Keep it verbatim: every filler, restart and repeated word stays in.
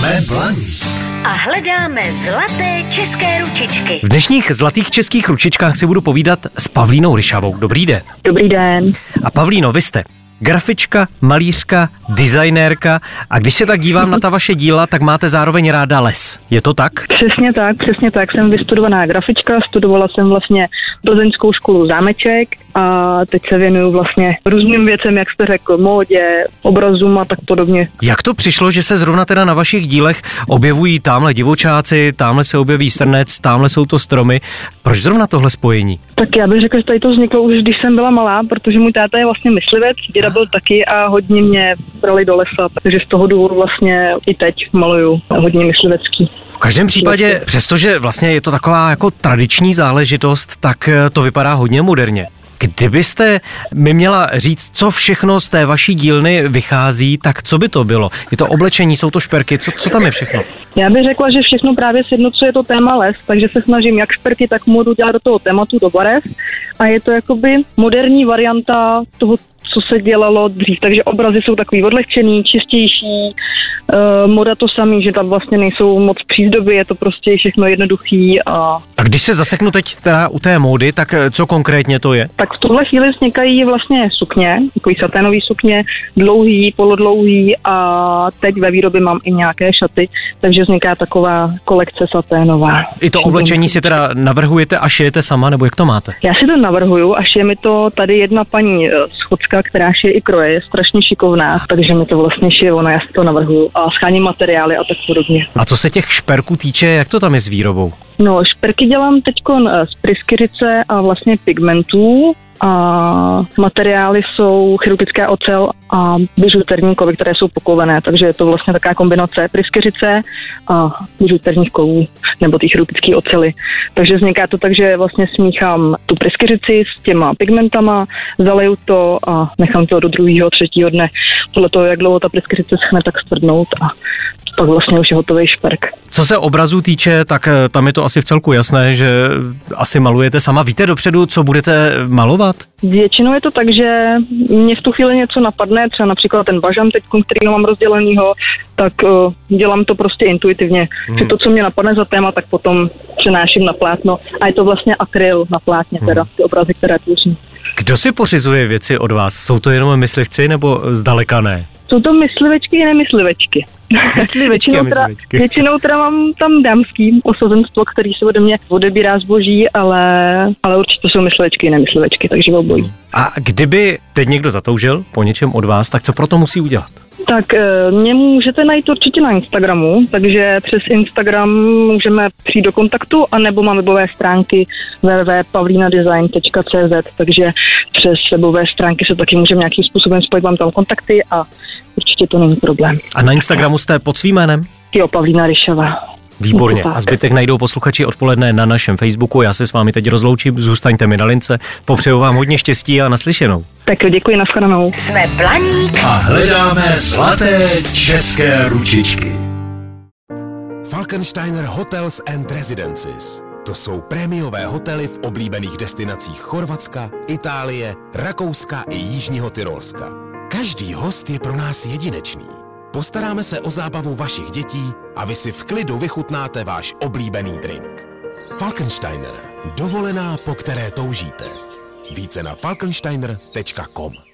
Jsme Blaník. A hledáme zlaté české ručičky. V dnešních zlatých českých ručičkách si budu povídat s Pavlínou Ryšavou. Dobrý den. Dobrý den. A Pavlíno, vy jste grafička, malířka, designérka a když se tak dívám na ta vaše díla, tak máte zároveň ráda les. Je to tak? Přesně tak, přesně tak. Jsem vystudovaná grafička, studovala jsem vlastně plzeňskou školu Zámeček a teď se věnuju vlastně různým věcem, jak jste řekl, módě, obrazům a tak podobně. Jak to přišlo, že se zrovna teda na vašich dílech objevují tamhle divočáci, tamhle se objeví srnec, tamhle jsou to stromy? Proč zrovna tohle spojení? Tak já bych řekl, že tady to vzniklo už, když jsem byla malá, protože můj táta je vlastně myslivec, děda byl taky a hodně mě brali do lesa, takže z toho důvodu vlastně i teď maluju hodně myslivecký. V každém případě, přestože vlastně je to taková jako tradiční záležitost, tak to vypadá hodně moderně. Kdybyste mi měla říct, co všechno z té vaší dílny vychází, tak co by to bylo? Je to oblečení, jsou to šperky, co, co tam je všechno? Já bych řekla, že všechno právě sjednocuje to téma les, takže se snažím jak šperky, tak módu dělat do toho tématu, do barev a je to jakoby moderní varianta toho, co se dělalo dřív, takže obrazy jsou takový odlehčený, čistější, e, moda to samý, že tam vlastně nejsou moc přízdoby, je to prostě všechno jednoduchý. A... a když se zaseknu teď teda u té módy, tak co konkrétně to je? Tak v tuhle chvíli vznikají vlastně sukně, takový saténový sukně, dlouhý, polodlouhý a teď ve výrobě mám i nějaké šaty, takže vzniká taková kolekce saténová. I to oblečení si teda navrhujete a šijete sama, nebo jak to máte? Já si to navrhuju a šije mi to tady jedna paní Schodská, která šije i kroje, je strašně šikovná, takže mi to vlastně šije ona, já si to navrhuju a scháním materiály a tak podobně. A co se těch šperků týče, jak to tam je s výrobou? No, šperky dělám teďkon z pryskyřice a vlastně pigmentů a materiály jsou chirurgická ocel a bižuterní kovy, které jsou pokovené, takže je to vlastně taková kombinace pryskyřice a bižuterních kovů nebo ty chirurgické ocely. Takže vzniká to tak, že vlastně smíchám tu pryskyřici s těma pigmentama, zaleju to a nechám to do druhého, třetího dne. Podle toho, jak dlouho ta pryskyřice schne, tak stvrdnout a pak vlastně už je hotový šperk. Co se obrazů týče, tak tam je to asi v celku jasné, že asi malujete sama. Víte dopředu, co budete malovat? Většinou je to tak, že mě v tu chvíli něco napadne, třeba například ten bažant teď, který mám rozdělenýho, tak uh, dělám to prostě intuitivně. Hmm. Že to, co mě napadne za téma, tak potom přenáším na plátno a je to vlastně akryl na plátně, hmm. teda ty obrazy, které tvořím. Kdo si pořizuje věci od vás? Jsou to jenom myslivci nebo zdaleka ne? Jsou to myslivečky i nemyslivečky. Myslivečky a myslivečky. Většinou teda mám tam dámský osazenstvo, který se ode mě odebírá zboží, ale, ale určitě jsou myslivečky i nemyslivečky, takže obojí. A kdyby teď někdo zatoužil po něčem od vás, tak co pro to musí udělat? Tak mě můžete najít určitě na Instagramu, takže přes Instagram můžeme přijít do kontaktu, anebo mám webové stránky w w w tečka pavlinadesign tečka c z, takže přes webové stránky se taky můžeme nějakým způsobem spojit, mám tam kontakty a určitě to není problém. A na Instagramu jste pod svým jménem? Jo, Pavlína Ryšavá. Výborně. A zbytek najdou posluchači odpoledne na našem Facebooku. Já se s vámi teď rozloučím, zůstaňte mi na lince. Popřeju vám hodně štěstí a naslyšenou. Tak jo, děkuji, nashledanou. Jsme Blaník a hledáme zlaté české ručičky. Falkensteiner Hotels and Residences. To jsou prémiové hotely v oblíbených destinacích Chorvatska, Itálie, Rakouska i Jižního Tyrolska. Každý host je pro nás jedinečný. Postaráme se o zábavu vašich dětí a vy si v klidu vychutnáte váš oblíbený drink. Falkensteiner. Dovolená, po které toužíte. Více na falkensteiner tečka com.